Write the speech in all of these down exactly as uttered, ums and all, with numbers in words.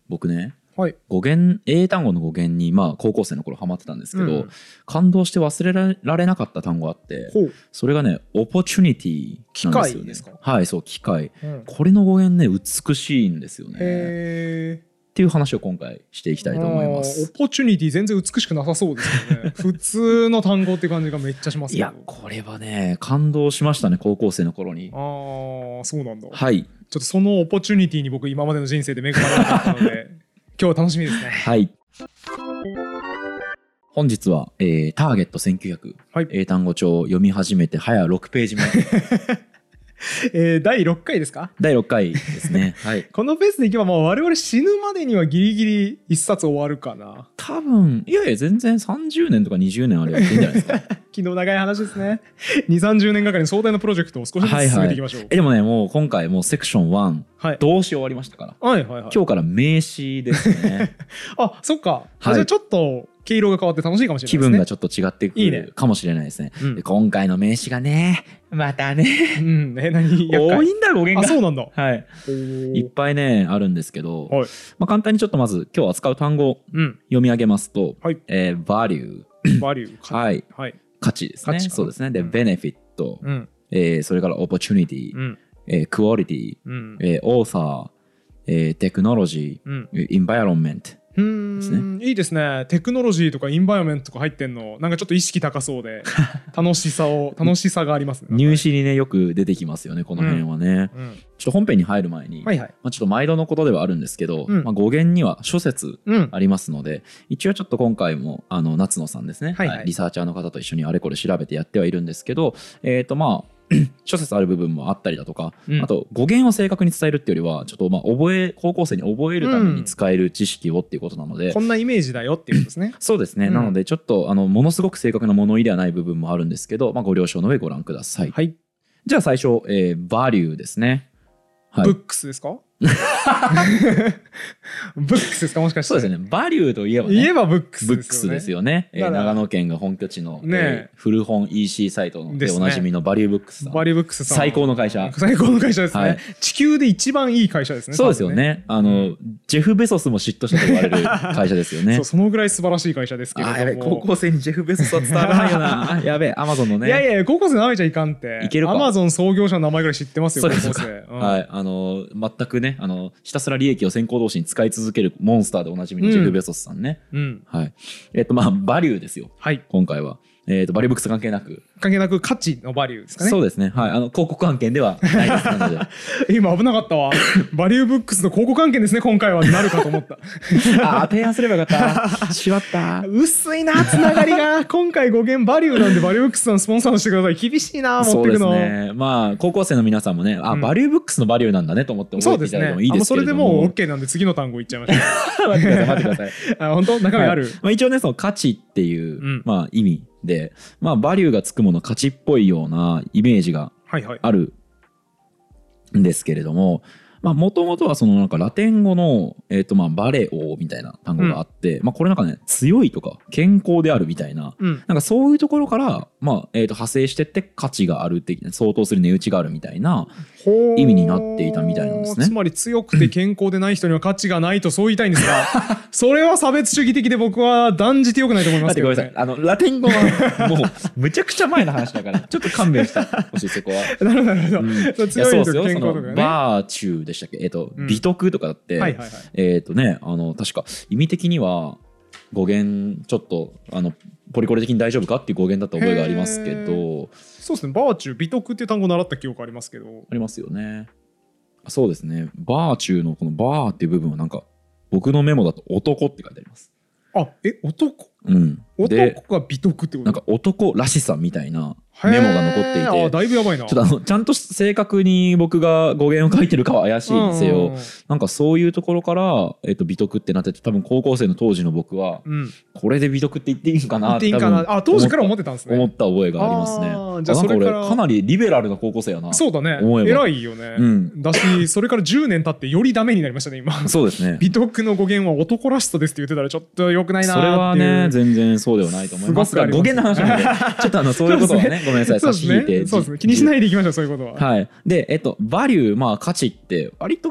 僕ね、 はい、 語源英単語の語源に、まあ、高校生の頃ハマってたんですけど、うん、感動して忘れられなかった単語があって、それがねオポチュニティなんですよね。 機械ですか？ はい、そう、機械、うん、これの語源ね美しいんですよね。 へーっていう話を今回していきたいと思います。 オポチュニティ全然美しくなさそうですよね普通の単語って感じがめっちゃしますけど。 いやこれはね感動しましたね、高校生の頃に。 ああそうなんだ。 はい、 ちょっとそのオポチュニティに僕今までの人生で恵まれなかったので今日は楽しみですね。 はい、本日は、えー、ターゲットせんきゅうひゃく、はい、英単語帳を読み始めて早ろくページ目えー、だいろっかいですか？ だいろっかいですね、はい、 このペースでいけばもう我々死ぬまでにはギリギリいっさつ終わるかな。 多分いやいや全然さんじゅうねんとかにじゅうねんあればいいんじゃないですか昨日長い話ですねにじゅうさんじゅうねんがかりの壮大なプロジェクトを少しずつ進めていきましょう。 はいはい、えでもねもう今回もうセクションワン、はい、動詞終わりましたから、はいはいはい、今日から名詞ですねあそっか、はい、じゃあちょっと毛色が変わって楽しいかもしれないですね。気分がちょっと違ってくるかもしれないですね。いいね、で今回の名詞がねまたね、うん、え何多いんだ語源が。あそうなんだ、はい、いっぱいねあるんですけど、はい、まあ、簡単にちょっとまず今日扱う単語を読み上げますと、うん、はい、えー、value value はい、はい、価値ですね。そうですね。で、うん、benefit、うん、えー、それから opportunity、うん、えー、quality、うん、えー、author、えー、technology、うん、environmentですね。 いいですね。テクノロジーとかインバイアメントとか入ってんのなんかちょっと意識高そうで楽しさを楽しさがありますね。 入試にねよく出てきますよねこの辺はね、うんうん、ちょっと本編に入る前に、はいはい、まあ、ちょっと毎度のことではあるんですけど、うん、まあ、語源には諸説ありますので、うん、一応ちょっと今回もあの夏野さんですね、はいはい、リサーチャーの方と一緒にあれこれ調べてやってはいるんですけど、えーとまあ諸説ある部分もあったりだとか、うん、あと語源を正確に伝えるっていうよりはちょっとまあ覚え高校生に覚えるために使える知識をっていうことなので、うん、 こんなイメージだよっていうことですねそうですね、うん、なのでちょっとあのものすごく正確な物言いではない部分もあるんですけど、まあ、ご了承の上ご覧ください、はい、じゃあ最初、えー、value ですね、 はい、ブックスですかブックスですかもしかして。 そうですね。バリューといえばね。 言えばブックスですよね。 ブックスですよね。えー、長野県が本拠地の、ねえー、古本 イーシー サイトのでおなじみのバリューブックスさん。 バリューブックスさん。 最高の会社。 最高の会社ですね、はい。地球で一番いい会社ですね。 そうですよね。あの、うん、ジェフ・ベソスも嫉妬したと言われる会社ですよね。 そう、そのぐらい素晴らしい会社ですけれども。 あ、やべ、高校生にジェフ・ベソスは伝わらないよな。やべ、アマゾンのね。 いやいや、高校生舐めちゃいかんって。 いけるか。 アマゾン創業者の名前ぐらい知ってますよ、高校生。 うん、はい。あの、全くね、あの、ひたすら利益を先行同士に使い続けるモンスターでおなじみのジェフ・ベソスさんね、うん、はい、えっとまあバリューですよ、はい、今回は、えー、とバリューブックス関係なく関係なく価値のバリューですかね。 そうですね、はい、あの広告案件ではないですなので今危なかったわバリューブックスの広告案件ですね今回はなるかと思ったあ提案すればよかったしまった薄いなつながりが今回語源バリューなんでバリューブックスさんスポンサーしてください。厳しいな持ってくの。 そうですね、まあ高校生の皆さんもねあ、うん、バリューブックスのバリューなんだねと思って覚えていただいてもいいですけれども、 そうですね、あそれでもう OK なんで次の単語言っちゃいました待ってください待ってくださいあ本当中身ある、 はい、まあ、一応ねその価値っていう、うん、まあ、意味で、まあ、バリューがつくもの価値っぽいようなイメージがあるんですけれども、もともとはそのなんかラテン語の、えーとまあバレオみたいな単語があって、うん、まあこれなんかね強いとか健康であるみたいな、うん、なんかそういうところから、まあえーと派生してって価値がある的な相当する値打ちがあるみたいな意味になっていたみたいなんですね。 つまり強くて健康でない人には価値がないとそう言いたいんですかそれは差別主義的で僕は断じてよくないと思いますけど、ね、 ごめんなさい、あのラテン語はもうむちゃくちゃ前の話だからちょっと勘弁してほしいそこはなるほどなるほど、うん、そう強いと健康とかねバーチューでしたっけ、えっと、うん、美徳とかだって、はいはいはい、えっとねあの確か意味的には語源ちょっとあのポリコレ的に大丈夫かっていう語源だった覚えがありますけど、 そうですねバーチュー美徳っていう単語習った記憶ありますけど。 ありますよね。そうですねバーチューのこのバーっていう部分はなんか僕のメモだと男って書いてあります。 あえ男、 うん、 男が美徳ってこと。 なんか男らしさみたいなメモが残っていて、 あだいぶやばいな。 ちょっとあのちゃんと正確に僕が語源を書いてるかは怪しいんですよ。なんかそういうところから、えー、と美徳ってなってて、多分高校生の当時の僕は、うん、これで美徳って言っていいんかなって多分あ当時から思ってたんですね。 思った覚えがありますね。あじゃあそれからなんか俺かなりリベラルな高校生やな。 そうだね偉いよね、うん、だしそれからじゅうねん経ってよりダメになりましたね今。そうですね美徳の語源は男らしさですって言ってたらちょっと良くないなっていう。 それはね全然そうではないと思いますが語源の話なのでちょっとあのそういうことはねごめんなさい差し引いて。 そうですね気にしないでいきましょうそういうことは。 はい、でえっとバリューまあ価値って割と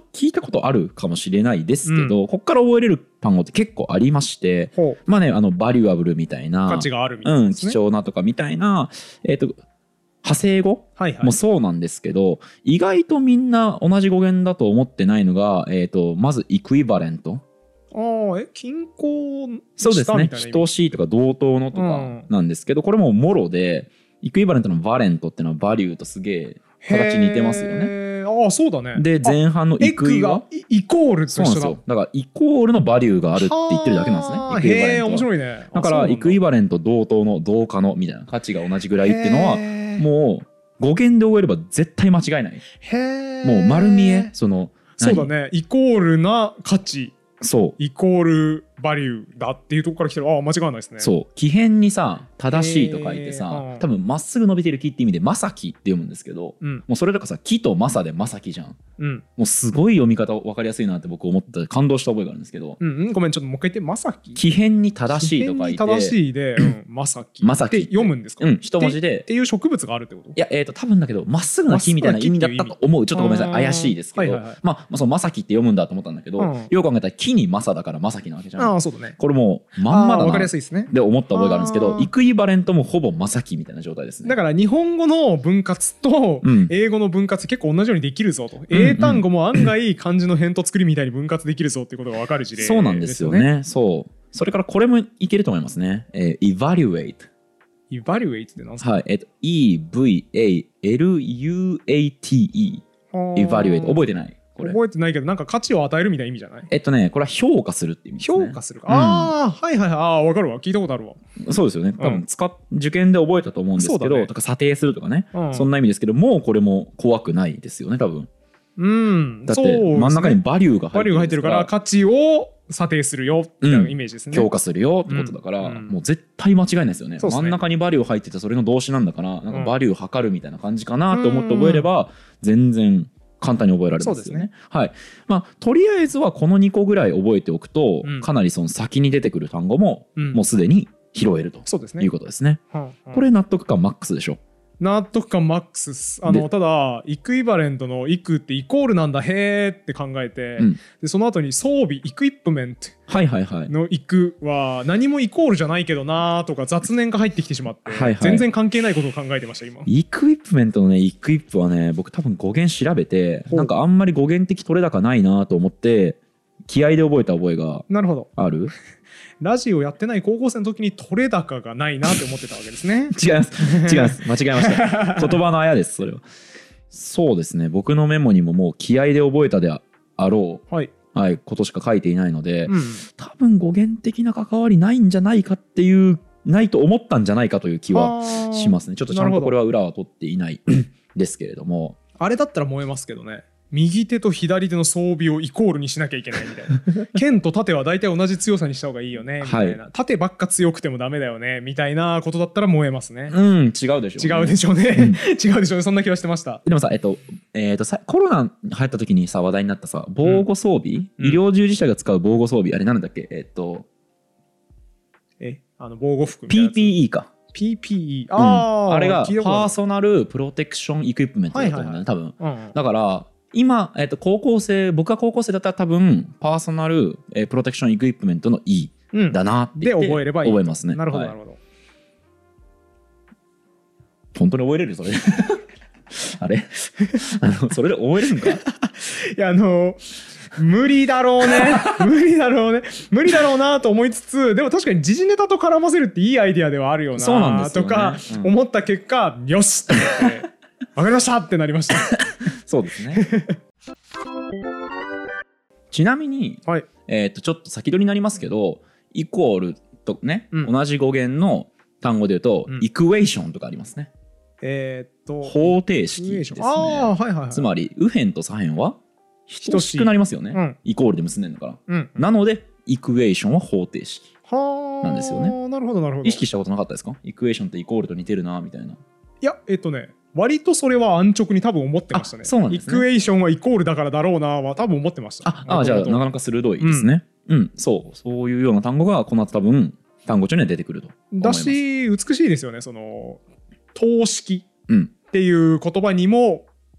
聞いたことあるかもしれないですけど、うん、こっから覚えれる単語って結構ありまして、まあね、あのバリュアブルみたいな価値があるみたいな、ね、うん、 貴重なとかみたいな、えーと、派生語もそうなんですけど、はいはい、意外とみんな同じ語源だと思ってないのが、えーと、まずイクイバレント。 ああ、え、均衡そうですね、等しいとか同等のとかなんですけど、うん、これももろで、イクイバレントのバレントっていうのはバリューとすげえ形似てますよね。 ああ、そうだね。 で、前半のイクイはイコールと一緒だ。 そうなんですよ。だからイコールのバリューがあるって言ってるだけなんですね。イクイバレントは。 面白いね。 だからイクイバレント同等の同価のみたいな価値が同じぐらいっていうのはもう語源で覚えれば絶対間違いない。へもう丸見え。そのそうだね。イコールな価値。 そうイコールバリューだっていうところから来てる。ああ、間違いないですね。 そう木偏にさ正しいと書いてさ、多分まっすぐ伸びてる木って意味でまさきって読むんですけど、うん、もうそれとかさ木とまさでまさきじゃん、うん、もうすごい読み方分かりやすいなって僕思って感動した覚えがあるんですけど、 うんうん、ごめんちょっともう一回言って。まさき木偏に正しいと書いて正しいで、うん、まさきって読むんですか。 うん、一文字でっていう植物があるってこと。いやえっ、ー、と多分だけどまっすぐな木みたいな意味だったと思う。ちょっとごめんなさい怪しいですけど、はいはいはい、まあ、まあ、そのまさきって読むんだと思ったんだけど、うん、よく考えたら木にまさだからまさきなわけじゃん。 ああそうだね。 これもうまんまだな分かりやすいですねで思った覚えがあるんですけど、イクイバレントもほぼまさきみたいな状態ですね。 だから日本語の分割と英語の分割結構同じようにできるぞと、うん、英単語も案外漢字の辺と作りみたいに分割できるぞっていうことが分かる事例ですよね。 そうなんですよね。そうそれからこれもいけると思いますね。えー、evaluate evaluate って何ですか。 はい、えっと イーブイエーエルユーエーティーイー evaluate 覚えてない。 覚えてないけどなんか価値を与えるみたいな意味じゃない。 えっとねこれは評価するって意味ですね。 評価するか、うん、ああはいはいはい、ああ分かるわ、聞いたことあるわ。 そうですよね、多分使っ、うん、受験で覚えたと思うんですけど、ね、とか査定するとかね、うん、そんな意味ですけどもうこれも怖くないですよね多分。 うん、 だって真ん中にバリューが入ってる、バリューが入ってるから価値を査定するよみたいなイメージですね、 うん、評価するよってことだから、うん、もう絶対間違いないですよ ね, ね真ん中にバリュー入っててそれの動詞なんだからなんかバリュー測るみたいな感じかなと思って覚えれば全然簡単に覚えられますよね。はい。まあとりあえずはこのにこぐらい覚えておくと、うん、かなりその先に出てくる単語も、うん、もうすでに拾えるということですね。はあはあ、これ納得感マックスでしょ。 納得感マックス。あのただイクイバレントのイクってイコールなんだへーって考えて、うん、でその後に装備イクイプメントのイクは何もイコールじゃないけどなーとか雑念が入ってきてしまって、はい、はい、全然関係ないことを考えてました今。 イクイプメントのねイクイプはね僕多分語源調べてなんかあんまり語源的取れ高ないなと思って気合で覚えた覚えがある。 なるほど。ラジオやってない高校生の時に取れ高がないなって思ってたわけですね。 違います違います間違えました言葉のあやですそれは。そうですね僕のメモにももう気合で覚えたであろう、はいはい、ことしか書いていないので、うん、多分語源的な関わりないんじゃないかっていうないと思ったんじゃないかという気はしますね。ちょっとちゃんとこれは裏は取っていないですけれどもあれだったら燃えますけどね。右手と左手の装備をイコールにしなきゃいけないみたいな剣と盾は大体同じ強さにした方がいいよねみたいな、はい、盾ばっか強くてもダメだよねみたいなことだったら燃えますね。 うん違うでしょうね。 違うでしょうね、うん、違うでしょうね。そんな気はしてました。 でもさえっとえー、とさコロナ入った時にさ話題になったさ防護装備、うん、医療従事者が使う防護装備あれなんだっけえっとえあの防護服みたいなピーピーイー かピーピーイー あ、 うん、あれがパーソナルプロテクションイクイプメントだと思うんだよね多分、うん、だから今、えー、と高校生僕が高校生だったら多分パーソナル、えー、プロテクションイクイプメントの E だなって言って、うん、で覚えればいい覚えますね。 なるほどなるほど、はい、 本当に覚えれるそれあれあのそれで覚えれるんかいやあの無理だろうね無理だろうね無理だろうなと思いつつでも確かに時事ネタと絡ませるっていいアイディアではあるよなそうなんですよ、ね、とか思った結果、うん、よしって思って分かりましたってなりましたそうですねちなみに、はいえー、とちょっと先取りになりますけどイコールとね、うん、同じ語源の単語で言うと、うん、イクエーションとかありますね。えー、っと方程式ですね。あ、はいはいはい、つまり右辺と左辺は等しくなりますよね、うん、イコールで結んでるんだから、うん、なのでイクエーションは方程式なんですよね。 なるほどなるほど。 意識したことなかったですか？イクエーションってイコールと似てるなみたいな。 いやえっとね割とそれは安直に多分思ってましたね。 そうなんですね。 イクエーションはイコールだからだろうなは多分思ってました。 ああじゃあなかなか鋭いですね。うん、うん、そうそういうような単語がこの後多分単語帳には出てくると思います。 だし美しいですよね。その等式っていう言葉にも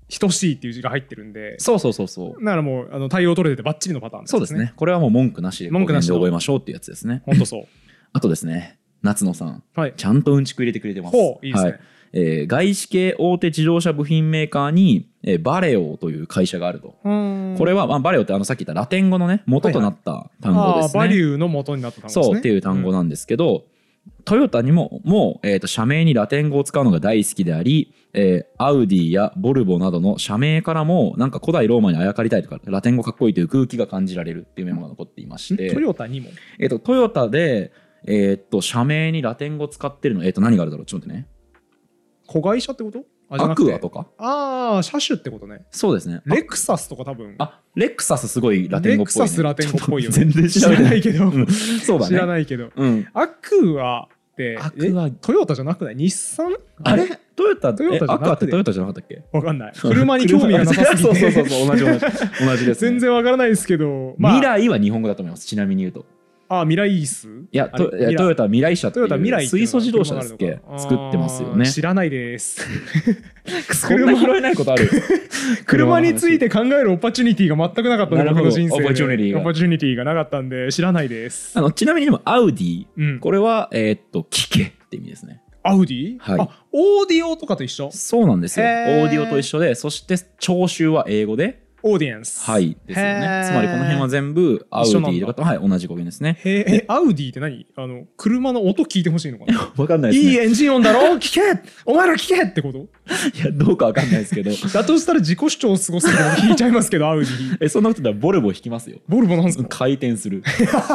等しいっていう字が入ってるんで、 そうそうそうそう。 だからもうあの対応取れててバッチリのパターンですね。 そうですね。これはもう文句なしで文句なしで覚えましょうっていうやつですね。 本当そう。 あとですね、夏野さん、はい、ちゃんとうんちく入れてくれてます。 ほう、いいですね。はい、 えー、外資系大手自動車部品メーカーに、えー、バレオという会社があると。これは、まあ、バレオってあのさっき言ったラテン語のね元となった単語ですね。 はいはい、バリューの元になった単語ですね。 そうっていう単語なんですけど、うん、トヨタにももう、えー、と社名にラテン語を使うのが大好きであり、えー、アウディやボルボなどの社名からもなんか古代ローマにあやかりたいとかラテン語かっこいいという空気が感じられるっていうメモが残っていまして、 トヨタにも、 えー、とトヨタで、えー、と社名にラテン語使ってるの、えー、と何があるだろう、ちょっと待ってね。 子会社ってこと？ アクアとか。 ああ、車種ってことね。 そうですね。 レクサスとか多分。 あ、レクサスすごいラテン語っぽい、ね。レクサスラテン語っぽいよね。 全然知らないけど、うん、 そうだね。 知らないけど、うん、アクアってアクアトヨタじゃなくない？日産？ あれトヨタ、トヨタじゃなくて、アクアってトヨタじゃなかったっけ？ わかんない。車に興味がなさすぎて。 そうそうそうそう、同じ同じ同じです、ね。 全然わからないですけど、 まあ、未来は日本語だと思います。ちなみに言うと。 あ、ミライース？ いや、トヨタ未来車っていう水素自動車ですっけ作ってますよね。 知らないです。 そんな拾えないことある？ 車について考えるオパチュニティが全くなかったんで、僕の人生で。オパチュニティが。オパチュニティがなかったんで知らないです。 あのちなみにでもアウディ、うん、これはえー、っと聞けって意味ですね。 アウディ？はい。あ、オーディオとかと一緒？ そうなんですよ。オーディオと一緒で、そして聴衆は英語で。 オーディエンス。 はいですよね。つまりこの辺は全部アウディとかと、はい、同じ語源ですね。 へえ、アウディって何？あの車の音聞いてほしいのかな？ わかんないですね。 いいエンジン音だろ？聞け！お前ら聞けってこと？ いや、どうかわかんないですけど。 だとしたら自己主張を過ごすのも引いちゃいますけど、アウディ。 え、そんなことだったらボルボ引きますよ。 ボルボなんですか？ 回転する。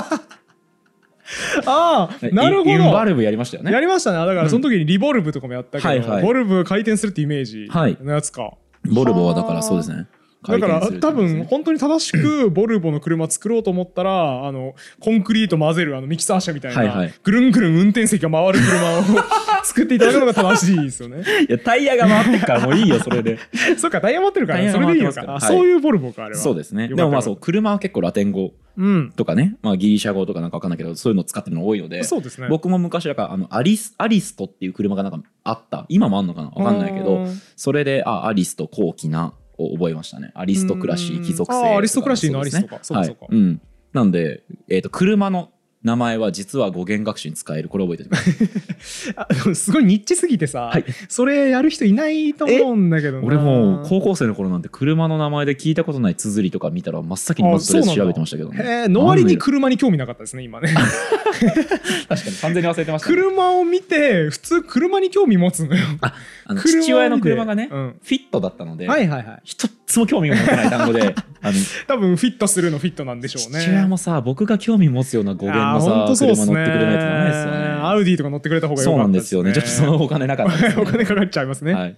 ああ、なるほど。 インバルブやりましたよね。 やりましたね。だからその時にリボルブとかもやったけど、ボルブ回転するってイメージのやつか。 ボルボはだからそうですね。 だから多分本当に正しくボルボの車作ろうと思ったらあのコンクリート混ぜるあのミキサー車みたいなぐるんぐるん運転席が回る車を作っていただくのが正しいですよね。 いやタイヤが回ってるからもういいよそれで。 そっかタイヤ回ってるからそれでいいのか。はい、そういうボルボかあれは。 そうですね。でもまあそう車は結構ラテン語とかね、まあギリシャ語とかなんか分かんないけどそういうのを使ってるの多いので、 そうですね。 僕も昔だからあのアリスアリストっていう車がなんかあった今もあんのかな分かんないけどそれであアリスト高貴なを覚えましたね。アリストクラシー貴族性、 あアリストクラシーのアリストか。そうかそうか。 うん。なんで、えー、と車の名前は実は語源学習に使える。これ覚えておいてください。すごいニッチすぎてさ、はい、それやる人いないと思うんだけどな。 俺もう高校生の頃なんて車の名前で聞いたことない綴りとか見たら真っ先にまずとりあえず調べてましたけどね。 へえ、の割に車に興味なかったですね今ね。 確かに完全に忘れてました、ね。 車を見て普通車に興味持つのよ。 ああの父親の車がね、うん、フィットだったので、 はいはいはい、 一つも興味が持てない単語であの多分フィットするのフィットなんでしょうね。 父親もさ僕が興味持つような語源のさ、車乗ってくれないとダメですよね。 アウディとか乗ってくれた方がよかったですね。 そうなんですよね。ちょっとそのお金なかったです、ね、 お金かかっちゃいますね。はい、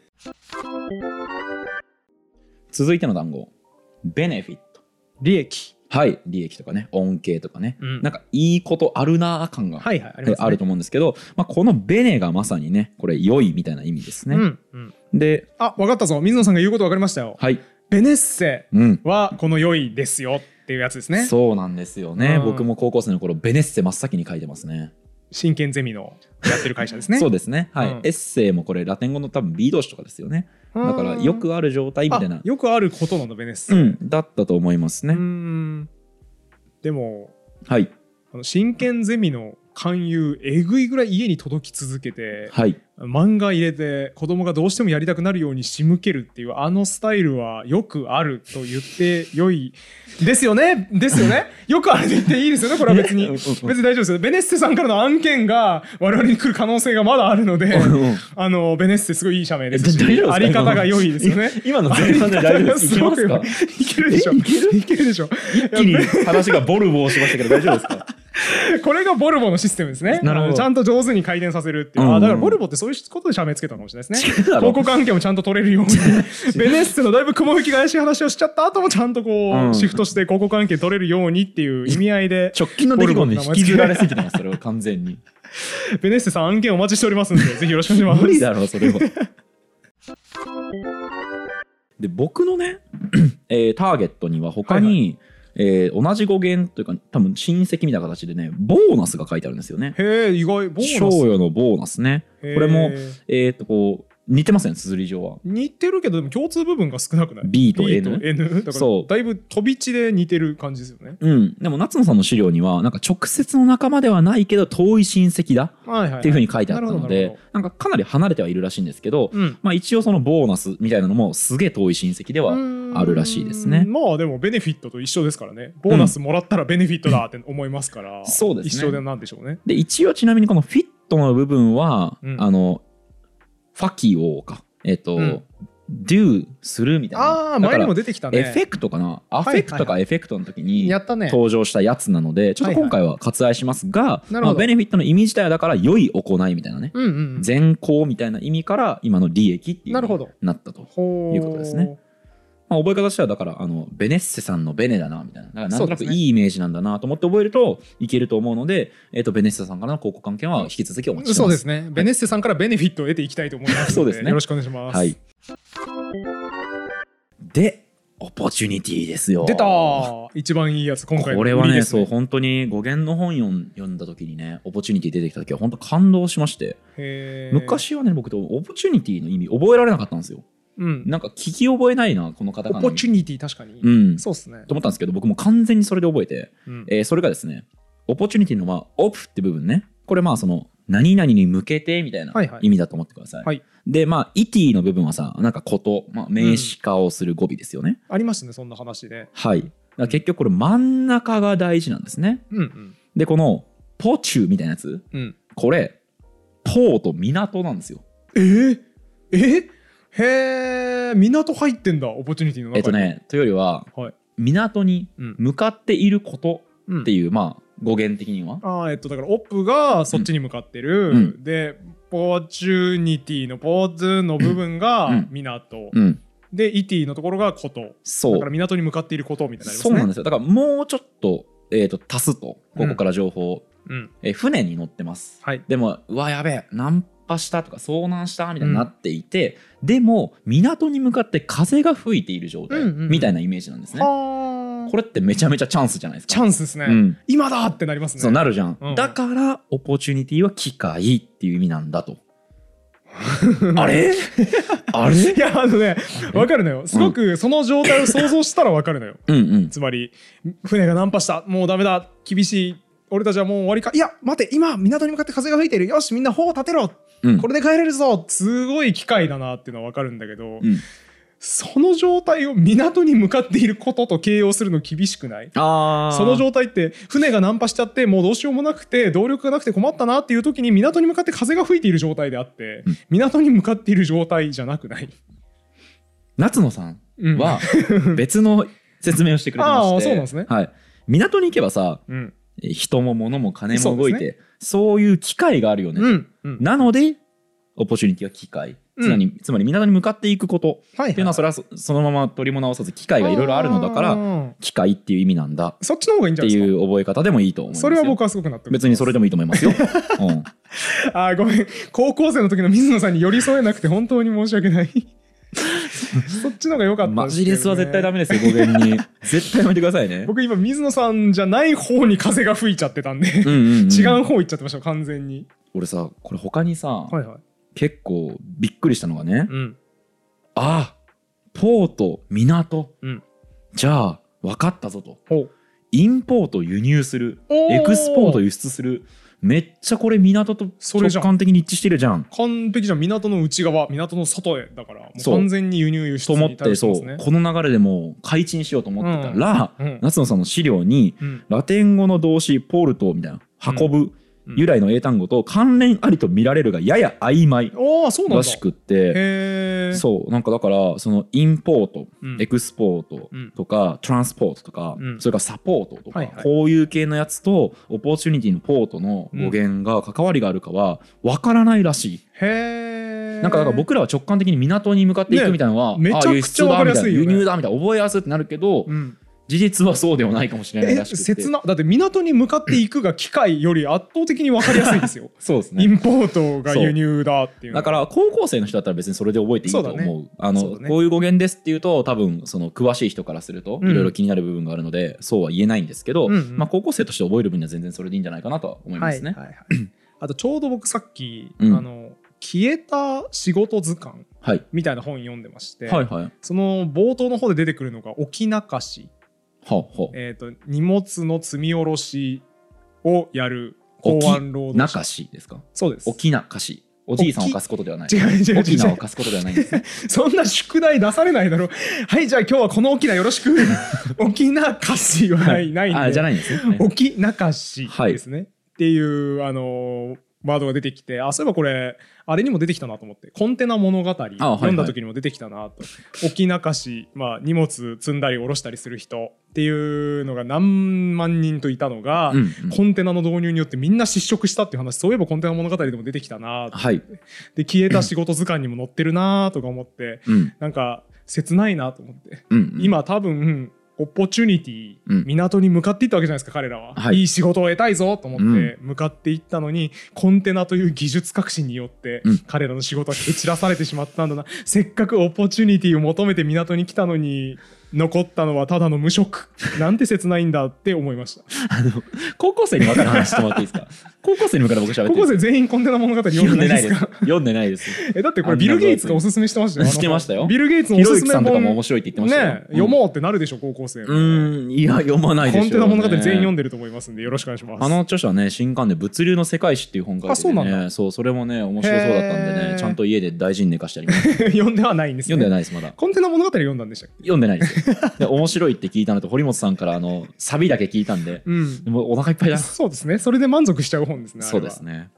続いての単語ベネフィット、 利益。 はい、利益とかね恩恵とかね、うん、なんかいいことあるな感が、はいはい ありますね、あると思うんですけど、まあ、このベネがまさにねこれ良いみたいな意味ですね。うんうん、であ分かったぞ、水野さんが言うこと分かりましたよ。はい、ベネッセはこの良いですよっていうやつですね。 そうなんですよね、うん、僕も高校生の頃ベネッセ真っ先に書いてますね。 真剣ゼミのやってる会社ですね。 そうですね、はい、うん、エッセイもこれラテン語の多分 B 動詞とかですよね。だからよくある状態みたいな、 よくあることなんだベネッセ、 うん、だったと思いますね。うん、 でも、 はい、 あの真剣ゼミの勧誘えぐいぐらい家に届き続けて、 はい、 漫画入れて子供がどうしてもやりたくなるように仕向けるっていうあのスタイルはよくあると言って良いですよね。ですよね。よくあると言っていいですよね。これは別に別に大丈夫ですよ。ベネッセさんからの案件が我々に来る可能性がまだあるのであのベネッセすごいいい社名ですしあり方が良いですよね。 今の前半で大丈夫ですか？ いけるでしょ。いけるでしょ。 一気に話がボルボをしましたけど大丈夫ですか？ これがボルボのシステムですね。なるほど。ちゃんと上手に回転させるっていう、うんうん、あだからボルボってそういうことで社名つけたかもしれないですね。広告案件もちゃんと取れるようにベネッセのだいぶ雲行きが怪しい話をしちゃった後もちゃんとこう、うん、シフトして広告案件取れるようにっていう意味合いで直近の出来事に引きずられすぎてますそれは完全に。 ベネッセさん案件お待ちしておりますんでぜひよろしくお願いします。 無理だろうそれは。で僕のね、えー、ターゲットには他に、はいはい、えー、同じ語源というか多分親戚みたいな形でねボーナスが書いてあるんですよね。 へえ意外ボーナス。 賞与のボーナスね。これもえっとこう似てますね、綴り上は。 似てるけどでも共通部分が少なくない？ B と N。 B と N だからだいぶ飛び地で似てる感じですよね。 うん。でも夏野さんの資料にはなんか直接の仲間ではないけど遠い親戚だっていうふうに書いてあったので、なんかかなり離れてはいるらしいんですけど、うん、まあ一応そのボーナスみたいなのもすげえ遠い親戚ではあるらしいですね。 まあでもベネフィットと一緒ですからね。ボーナスもらったらベネフィットだって思いますから、うん、そうですね、一緒でなんでしょうね。 で一応ちなみにこのフィットの部分は、うん、あのファキオかえっと、うん、do するみたいな。 ああ、前にも出てきたね。 エフェクトかな、アフェクトかエフェクトの時に登場したやつなので、ちょっと今回は割愛しますが、まあ、ベネフィットの意味自体はだから良い行いみたいなね、善行みたいな意味から今の利益っていう風になったということですね。まあ、覚え方としてはだからあのベネッセさんのベネだなみたいな、だからなんとなくいいイメージなんだなと思って覚えるといけると思うので、えー、とベネッセさんからの広告関係は引き続きお待ちしてます。 そうですね、はい、ベネッセさんからベネフィットを得ていきたいと思いますのでそうですね、よろしくお願いします。はい、 でオポチュニティですよ。 出たー、一番いいやつ。今回のこれはね、そう本当に語源の本読ん読んだ時にね、オポチュニティ出てきた時は本当感動しまして、へ昔はね僕とオポチュニティの意味覚えられなかったんですよ。うん、なんか聞き覚えないなこのカタカナ。 オポチュニティ確かに、うん、そうっすねと思ったんですけど、僕も完全にそれで覚えて、うん、えー、それがですね、オポチュニティのまあオプって部分ね、これまあその何々に向けてみたいな意味だと思ってください。はい、でまあイティの部分はさ、なんかこと、まあ、名詞化をする語尾ですよね。 うん、ありますねそんな話で。 はい。だから結局これ真ん中が大事なんですね。うんうん、でこのポチュみたいなやつ、うん、これポーと港なんですよ。 えー、えーへえ、港入ってんだ、オポチュニティの中に。 えっとね、というよりは、はい、港に向かっていることっていう、うん、まあ語源的には。 あ、えっとだからオプがそっちに向かってる、うん、でポチュニティのポーズの部分が港、うんうん、でイティのところがこと。そう。だから港に向かっていることみたいな、ね。 そうなんですよ。だからもうちょっと、えー、と足すとここから情報、うんうん、え船に乗ってます。はい、でもうわやべえナンパしたとか遭難したみたいになっていて、うん、でも港に向かって風が吹いている状態みたいなイメージなんですね。うんうん、これってめちゃめちゃチャンスじゃないですか。 チャンスですね、うん、今だってなりますね。 そうなるじゃん、うん、だからオポチュニティは機会っていう意味なんだとあれあれいやあのね分かるのよ、すごくその状態を想像したら分かるのようん、うん、つまり船が難破した、もうダメだ厳しい、俺たちはもう終わりか、いや待て今港に向かって風が吹いてる、よしみんな帆を立てろ、うん、これで帰れるぞ、すごい機会だなっていうのは分かるんだけど、うん、その状態を港に向かっていることと形容するの厳しくない？あその状態って船が難破しちゃってもうどうしようもなくて動力がなくて困ったなっていう時に港に向かって風が吹いている状態であって、うん、港に向かっている状態じゃなくない？ 夏野さんは別の説明をしてくれてまして、あそうなんですね、はい、港に行けばさ、うん、人も物も金も動いて そうですね、そういう機会があるよね、うんうん、なのでオポチュニティは機会、つまり、うん、つまり港に向かっていくことっていうのはそれは そ, そのまま取り物直さず機会がいろいろあるのだから機会っていう意味なんだ、 そっちの方がいいんじゃないですかっていう覚え方でもいいと思いますよ。 それは僕はすごく納得。 別にそれでもいいと思いますよ、うん、 あごめん、高校生の時の水野さんに寄り添えなくて本当に申し訳ないそっちの方が良かったですけどね。マジレスは絶対ダメですよ、語源に絶対やめてくださいね。僕今水野さんじゃない方に風が吹いちゃってたんでうんうん、うん、違う方行っちゃってました完全に。 俺さこれ他にさ、はいはい、結構びっくりしたのがね、うん、あポート港、うん、じゃあ分かったぞと、インポート輸入する、エクスポート輸出する、めっちゃこれ港と直感的に一致してるじゃん。 完璧じゃん。港の内側、港の外へだからもう完全に輸入輸出に対してますね。 と思って、そうこの流れでもう開陳しようと思ってたら、うんうん、夏野さんの資料に、うん、ラテン語の動詞ポールトみたいな運ぶ、うん由来の英単語と関連ありと見られるがやや曖昧らしくって、そうなんかだからそのインポート、うん、エクスポートとか、うん、トランスポートとか、うん、それからサポートとか、はいはい、こういう系のやつとオポチュニティのポートの語源が関わりがあるかは分からないらしい。へー、なんかだから僕らは直感的に港に向かっていくみたいなのは、ね、めちゃくちゃ分かりやすいよね、輸入だみたいな覚えやすいってなるけど、うん事実はそうではないかもしれないらしくて、 切なだって港に向かっていくが機械より圧倒的に分かりやすいですよそうですね、インポートが輸入だっていうだから高校生の人だったら別にそれで覚えていいと思う。そう、ね、あのそう、ね、こういう語源ですっていうと多分その詳しい人からするといろいろ気になる部分があるので、うん、そうは言えないんですけど、うんうん、まあ、高校生として覚える分には全然それでいいんじゃないかなとは思いますね、はいはいはい、 あとちょうど僕さっき、うん、あの消えた仕事図鑑みたいな本読んでまして、はいはいはい、その冒頭の方で出てくるのが沖中市、ははえー、と荷物の積み下ろしをやる港湾労働者。 沖中市ですか？ そうです。 沖中市、おじいさんを貸すことではない。 違う違う違う。 沖縄を貸すことではないんです、ね、 そんな宿題出されないだろう。はい、じゃあ今日はこの沖縄よろしく。沖中市はない、ないんで。 あ、じゃないんですね。 沖中市ですね。はい、っていうあのーワードが出てきて、あ、そういえばこれあれにも出てきたなと思って、コンテナ物語読んだ時にも出てきたなと、はいはい、沖中市、まあ、荷物積んだり下ろしたりする人っていうのが何万人といたのが、うんうん、コンテナの導入によってみんな失職したっていう話、そういえばコンテナ物語でも出てきたなと、はい、で消えた仕事図鑑にも載ってるなとか思って、うん、なんか切ないなと思って、うんうん、今多分オポチュニティ、うん、港に向かっていったわけじゃないですか、彼らは、はい、いい仕事を得たいぞと思って向かっていったのに、うん、コンテナという技術革新によって、うん、彼らの仕事は蹴散らされてしまったんだな。せっかくオポチュニティを求めて港に来たのに残ったのはただの無職。なんて切ないんだって思いました。 あの高校生に分かる話してもらっていいですか？高校生に向かって僕喋ってる。 高校生全員コンテナ物語読んでないですか？ 読んでないです。 え、だってこれビル・ゲイツがおすすめしてましたよ。 してましたよ。 ビル・ゲイツのおすすめ本とかも面白いって言ってましたよ。ね、 うん、読もうってなるでしょ高校生。 うーん、いや読まないでしょうね。 コンテナ物語全員読んでると思いますんでよろしくお願いします。 あの著者はね、新刊で物流の世界史っていう本書いててね。あ、そうなんだ。そう、それもね面白そうだったんでね、ちゃんと家で大事に寝かしてあります。 読んではないんですね。 読んではないですまだ。 コンテナ物語読んだんでしたっけ？ 読んでないですよ。で面白いって聞いたのと堀本さんからあのサビだけ聞いたんで、うん、でもお腹いっぱいだ。 そうですね。それで満足しちゃう本ですね。 そうですね。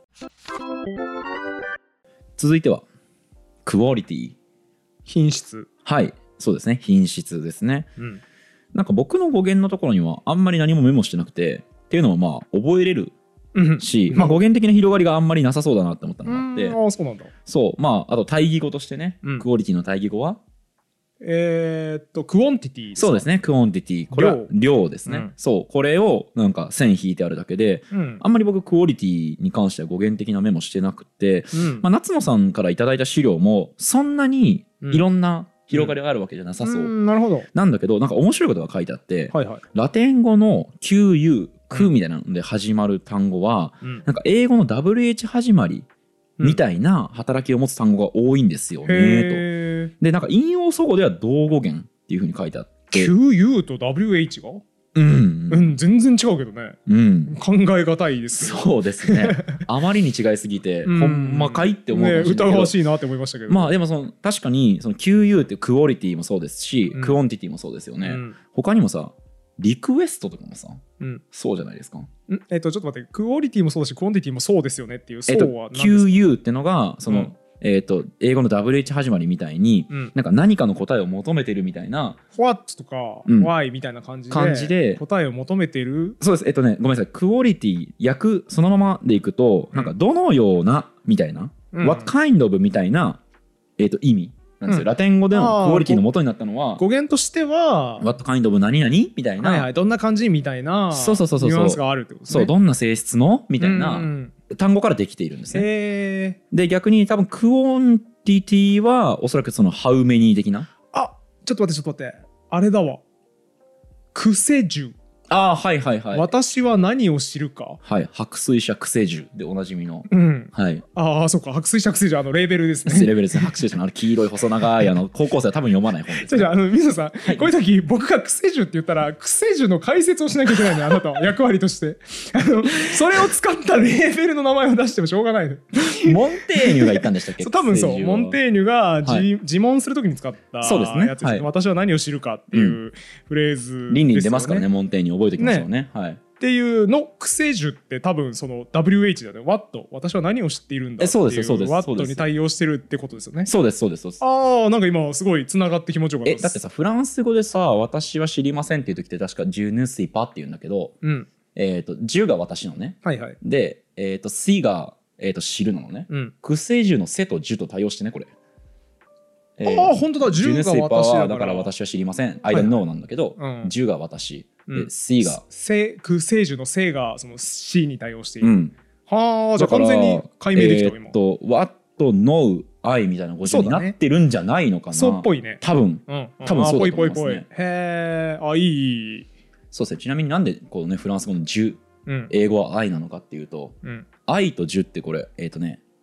続いてはクオリティ、 品質。 はい、そうですね、品質ですね、うん、なんか僕の語源のところにはあんまり何もメモしてなくて、っていうのはまあ覚えれるし、うん、まあ、語源的な広がりがあんまりなさそうだなって思ったのがあって、 ああそうなんだ。 そう、まああと対義語としてね、うん、クオリティの対義語はえー、っとクオンティティですか？ そうですね、クオンティティ、これは量ですね、うん、そうこれをなんか線引いてあるだけで、うん、あんまり僕クオリティに関しては語源的なメモしてなくて、うん、まあ、夏野さんからいただいた資料もそんなにいろんな広がりがあるわけじゃなさそう、うん、 なるほど。 なんだけどなんか面白いことが書いてあって、はいはい、ラテン語の キューユー、クみたいなので始まる単語は、うん、なんか英語の ダブリューエイチ 始まりみたいな働きを持つ単語が多いんですよね、と。でなんか引用祖語では同語源っていう風に書いてあって、 キューユー と ダブリューエイチ がうん、うん、全然違うけどね、うん、考え難いですけど。 そうですね。あまりに違いすぎて、うん、ほんまかいって思うかもしれないけど、 ね、疑わしいなって思いましたけど、 まあでもその確かにその キューユー ってクオリティもそうですし、うん、クオンティティもそうですよね、うん、他にもさリクエストとかもさ、うん、そうじゃないですか。んえっとちょっと待って、クオリティもそうだしクオンティティもそうですよねっていう、 そうは何ですか？ キューユー ってのがその、うん、えー、と英語の ダブリューエイチ 始まりみたいに、うん、なんか何かの答えを求めてるみたいな What とか、うん、Why みたいな感じ で, 感じで答えを求めてる。 そうです。えっとねごめんなさい、クオリティ訳そのままでいくと、うん、なんかどのようなみたいな、うん、What kind of みたいな、えー、と意味なんですよ、うん、ラテン語でのクオリティの元になったのは語源としては What kind of 何々みたいな、 はいはい、どんな感じみたいなそうそうそうそうニュアンスがあるってことですね。 そう、どんな性質のみたいな単語からできているんですね。へー。で逆に多分クオンティティはおそらくその How many 的な。 あ、ちょっと待ってちょっと待って、あれだわ、クセジュ。 ああはいはいはい。 私は何を知るか。 はい、白水社クセジュでおなじみの、 うん、はい。ああそうか、白水社クセジュ、あのレーベルですね。 レーベルですね。白水社のあの黄色い細長いあの高校生は多分読まない本です、ね。 じゃああの水野さん、はい、こういう時僕がクセジュって言ったらクセジュの解説をしなきゃいけないね、あなたは役割として。あのそれを使ったレーベルの名前を出してもしょうがないの。 モンテーニュが言ったんでしたっけ？ そう多分そう、モンテーニュが、はい、自問する時に使ったやつですね。ですね、はい、私は何を知るかっていうフレーズですよね。 倫理に出ますからね、モンテーニュ覚えておきましょうね。ね、はい、 っていうのクセジュって多分その ダブリューエイチ だよね。 What 私は何を知っているんだっていう What に対応してるってことですよね。 そうですそうですそうです。 ああなんか今すごいつながって気持ちよかったです。 えだってさフランス語でさ私は知りませんっていう時って確かジュヌスイパって言うんだけど、うん、えっ、ー、とジュが私のね、はいはい、でえっ、ー、とシが、えー、と知るのね、うん、クセジュのセとジュと対応してねこれ。 えー、ああ本当だ、ジュが私だから、 だから私は知りません、間にノーなんだけど、はいはい、うん、ジュが私で C がクセージュのセがその C に対応している、うん、はあじゃあ完全に解明できたわ今。 えー、っと What No I みたいな語順になってるんじゃないのかな。 そうっぽいね多分、うん、多分そうだと思いますね。ぽいぽいぽい。 へえ、あいい。 そうですね。ちなみになんでこうねフランス語のジュ、うん、英語は I なのかっていうと、うん、I とジュってこれえー、っとね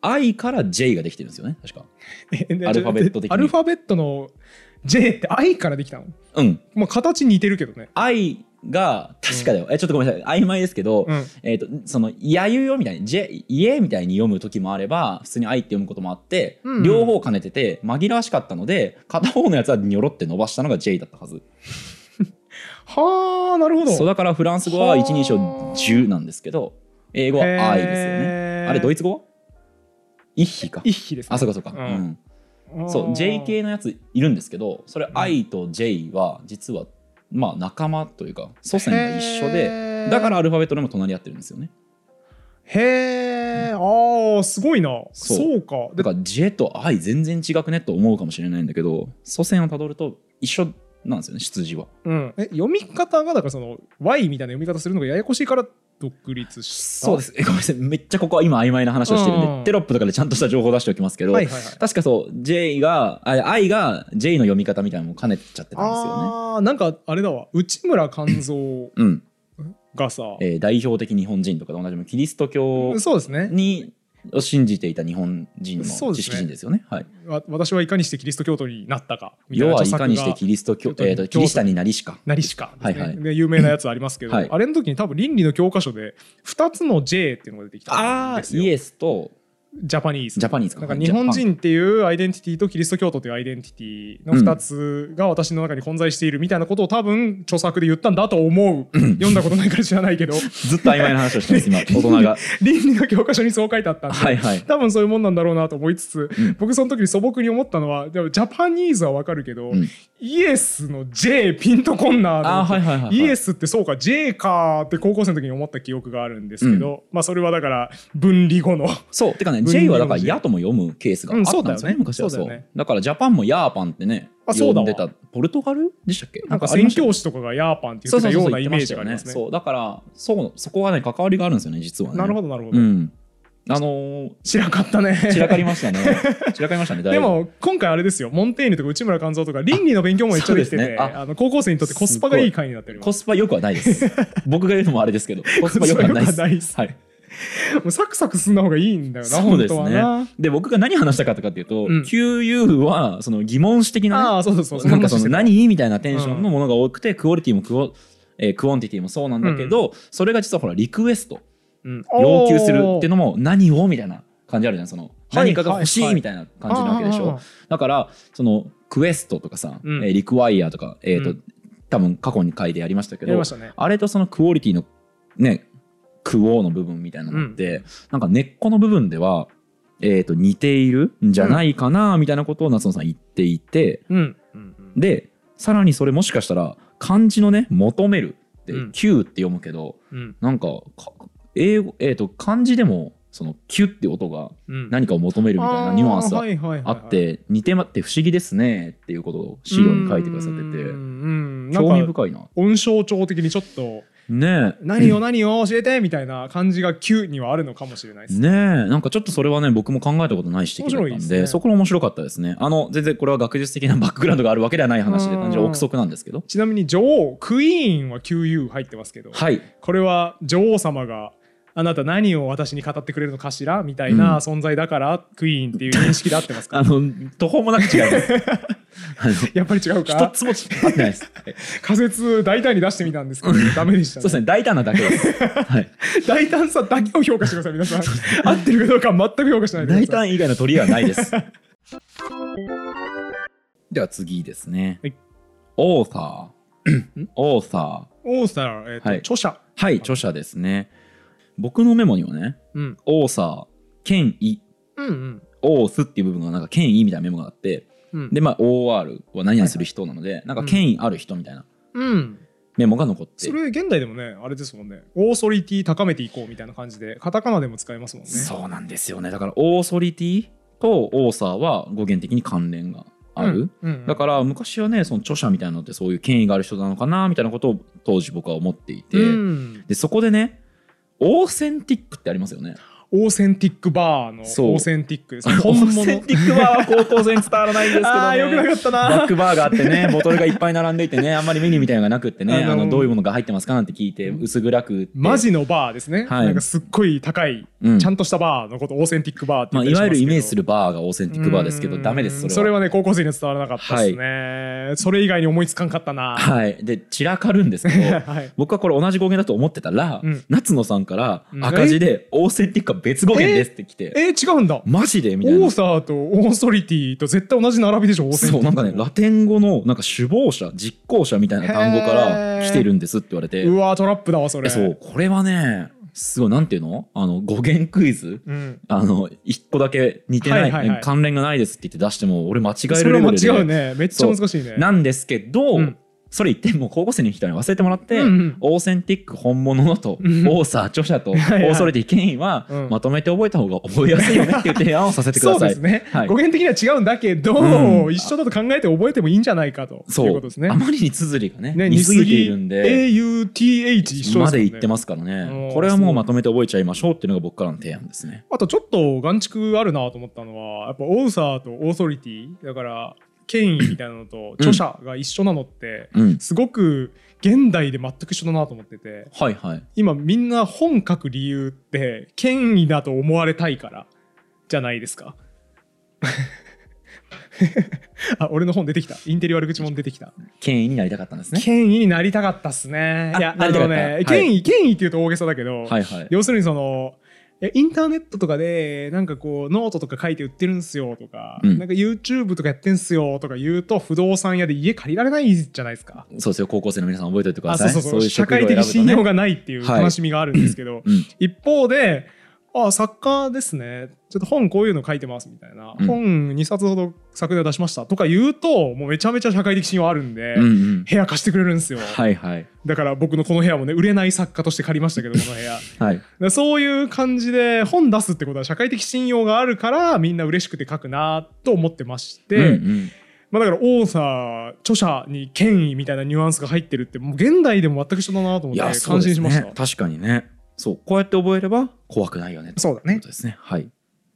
I から J ができてるんですよね確か。アルファベット的にアルファベットの J って I からできたの？ うん、 まあ、形似てるけどね。 I が確かだよ、うん、えちょっとごめんなさい曖昧ですけど、うん、えー、とそのやゆよみたいに J 家みたいに読む時もあれば普通に I って読むこともあって、うんうん、両方兼ねてて紛らわしかったので片方のやつはニョロって伸ばしたのが J だったはず。 はあなるほど。 そうだからフランス語は一人称じゅうなんですけど英語は I ですよね。あれドイツ語はイッヒか。 イッヒですね。 あそうかそうか、うんうん、そう J 系のやついるんですけどそれ I と J は実はまあ仲間というか祖先が一緒でだからアルファベットでも隣り合ってるんですよね。 へえ、あーすごいな。そう、そうか。 だから J と I 全然違くねと思うかもしれないんだけど祖先をたどると一緒なんですよね出自は、 うん、え読み方がだからその Y みたいな読み方するのがややこしいから独立した。 そうです。えごめんなさいめっちゃここは今曖昧な話をしてるんで、うん、テロップとかでちゃんとした情報を出しておきますけど、はいはいはい、確かそう J が I が J の読み方みたいなのも兼ねちゃってたんですよね。 あなんかあれだわ内村勘三がさ、 うんえー、代表的日本人とかで同じもキリスト教に、 そうですねを信じていた日本人の知識人ですよね。はい、 私はいかにしてキリスト教徒になったかみたいな。要はいかにしてキリスト教、えー、とキリシタンになりしかなりしか、ねはいはい、で有名なやつありますけど、はい、あれの時に多分倫理の教科書でふたつの J っていうのが出てきたんですよ。 あイエスとジャパニーズ。 ジャパニーズか。 なんか日本人っていうアイデンティティとキリスト教徒というアイデンティティのふたつが私の中に混在しているみたいなことを多分著作で言ったんだと思う、うん、読んだことないから知らないけどずっと曖昧な話をしてます今大人が倫理の教科書にそう書いてあったんで、 はいはい、 多分そういうもんなんだろうなと思いつつ、うん、僕その時に素朴に思ったのはでもジャパニーズはわかるけど、うん、イエスの J ピンとこんなあ、はいはいはいはい、イエスってそうか J かって高校生の時に思った記憶があるんですけど、うん、まあそれはだから分離後のそうてかね J はだからやとも読むケースがあったんですよね、うん、昔はそう、そうだよね。だからジャパンもヤーパンってね読んでた。ポルトガルでしたっけ？ なんか宣教師とかがヤーパンって言ってたようなイメージがありますね。 そうだからそうそこはね関わりがあるんですよね実はね。 なるほどなるほど、 うんあのー、 散らかったね散らかりましたね散らかりましたねでも今回あれですよモンテーニュとか内村勘三とか倫理の勉強もめっちゃできてて、ね、ああの高校生にとってコスパがいい回になってる。 コスパよくはないです僕が言うのもあれですけどコスパよくはないです。はいもうサクサク進んだ方がいいんだよな。 そうですね。本当はな。で僕が何話したかというと、うん、キューユー はその疑問詞的な、ね、 あそうそうそうなんかその何みたいなテンションのものが多くて、うん、クオリティもクオ、えー、クオンティティもそうなんだけど、うん、それが実はほらリクエスト、うん、要求するっていうのも何をみたいな感じあるじゃん。その何かが欲しいみたいな感じなわけでしょ、はいはいはい、だからそのクエストとかさ、うんえー、リクワイアとか、えーとうん、多分過去に書いてやりましたけど、ね、あれとそのクオリティのねクオの部分みたいなのって、うん、なんか根っこの部分では、えー、と似ているんじゃないかなみたいなことを夏野さん言っていて、うんうん、でさらにそれもしかしたら漢字のね求めるって、うん、Q って読むけど、うん、なんか英語、えー、と漢字でもそのキュって音が何かを求めるみたいなニュアンスがあって似てまって不思議ですねっていうことを資料に書いてくださってて興味深いな。 音象徴的にちょっとね、何を何を教えてみたいな感じが Q にはあるのかもしれないですね。 ねえなんかちょっとそれはね僕も考えたことない指摘だったん で, で、ね、そこが面白かったですね。あの全然これは学術的なバックグラウンドがあるわけではない話で単純に憶測なんですけど。 ちなみに女王クイーンは キューユー 入ってますけど、はい、これは女王様があなた何を私に語ってくれるのかしらみたいな存在だから、うん、クイーンっていう認識で合ってますか？ あの途方もなく違うやっぱり違うか。 一つも合ってないです仮説大胆に出してみたんですけどダメでしたね。 そうですね大胆なだけです、はい、 大胆さだけを評価してください皆さん合ってるかどうか全く評価しないでください。 大胆以外の取りはないですでは次ですね、はい、オーサーオーサーオーサー、えーとはい、著者はい著者ですね。僕のメモにはね、うん、オーサー権威、うんうん、オースっていう部分がなんか権威みたいなメモがあって、うん、でまあ オーアール は何々する人なので、はいはい、なんか権威ある人みたいな、うん、メモが残って、 それ現代でもねあれですもんね。オーソリティ高めていこうみたいな感じでカタカナでも使えますもんね。 そうなんですよね。だからオーソリティとオーサーは語源的に関連がある、うんうんうん、だから昔はねその著者みたいなのってそういう権威がある人なのかなみたいなことを当時僕は思っていて、うん、でそこでねオーセンティックってありますよね。 オーセンティックバーのオーセンティックです。 本物。オーセンティックバーは高校生に伝わらないんですけどね。あよくなかったな。 バックバーがあってね、ボトルがいっぱい並んでいてね、あんまりメニューみたいなのがなくってね、あの、あのどういうものが入ってますかなんて聞いて薄暗くマジのバーですね、はい、なんかすっごい高い、うん、ちゃんとしたバーのことオーセンティックバーって言ったりしますけど、まあ、いわゆるイメージするバーがオーセンティックバーですけどダメです。それはそれはね高校生には伝わらなかったですね、はい、それ以外に思いつかんかったな。 はいで散らかるんですけど、はい、僕はこれ同じ語源だと思ってたら、うん、夏野さんから赤字でオーセンティックは別語源ですって来て、 えー、えー、違うんだマジでみたいな。 オーサーとオーソリティと絶対同じ並びでしょ。オーセンティックそうなんかねラテン語のなんか首謀者実行者みたいな単語から来てるんですって言われて、 うわトラップだわそれ。 そうこれはねすごいなんていうのあの語源クイズ、うん、あの一個だけ似てない、はいはいはい、関連がないですって言って出しても俺間違えるレベルでそれは間違うねめっちゃ難しいね。 なんですけど、うんそれ言ってもう高校生の人に忘れてもらって、うんうん、オーセンティック本物のと、うん、オーサー著者とオーソリティ権威はまとめて覚えた方が覚えやすいよねっていう提案をさせてください。 そうですね、はい、語源的には違うんだけど、うん、一緒だと考えて覚えてもいいんじゃないかということですね。 あまりに綴りがねね似すぎているんでエーユーティーエイチ 一緒ですねまで言ってますからね。これはもうまとめて覚えちゃいましょうっていうのが僕からの提案ですね。 あとちょっと眼蓄あるなと思ったのはやっぱオーサーとオーソリティだから権威みたいなのと著者が一緒なのってすごく現代で全く一緒だなと思ってて、 はいはい、 今みんな本書く理由って権威だと思われたいからじゃないですかあ俺の本出てきた。インテリ悪口も出てきた。 権威になりたかったんですね。 権威になりたかったっすね。いやあのね、はい、権威権威っていうと大げさだけど、はいはい、要するにそのインターネットとかでなんかこうノートとか書いて売ってるんすよとか、うん、なんか YouTube とかやってんすよとか言うと不動産屋で家借りられないじゃないですか。 そうですよ高校生の皆さん覚えておいてください。 あそうそうそう、そういう社会的信用がないっていう悲しみがあるんですけど、はいうん、一方であ作家ですねちょっと本こういうの書いてますみたいな、うん、本にさつほど作品を出しましたとか言うともうめちゃめちゃ社会的信用あるんで、うんうん、部屋貸してくれるんですよ、 はいはい、 だから僕のこの部屋もね売れない作家として借りましたけどこの部屋、はい、そういう感じで本出すってことは社会的信用があるからみんな嬉しくて書くなと思ってまして、うんうんまあ、だからオーサー著者に権威みたいなニュアンスが入ってるってもう現代でも全く一緒だなと思って感心しました。 ね、確かにねそうこうやって覚えれば怖くないよねそうだね。 ということですね。はい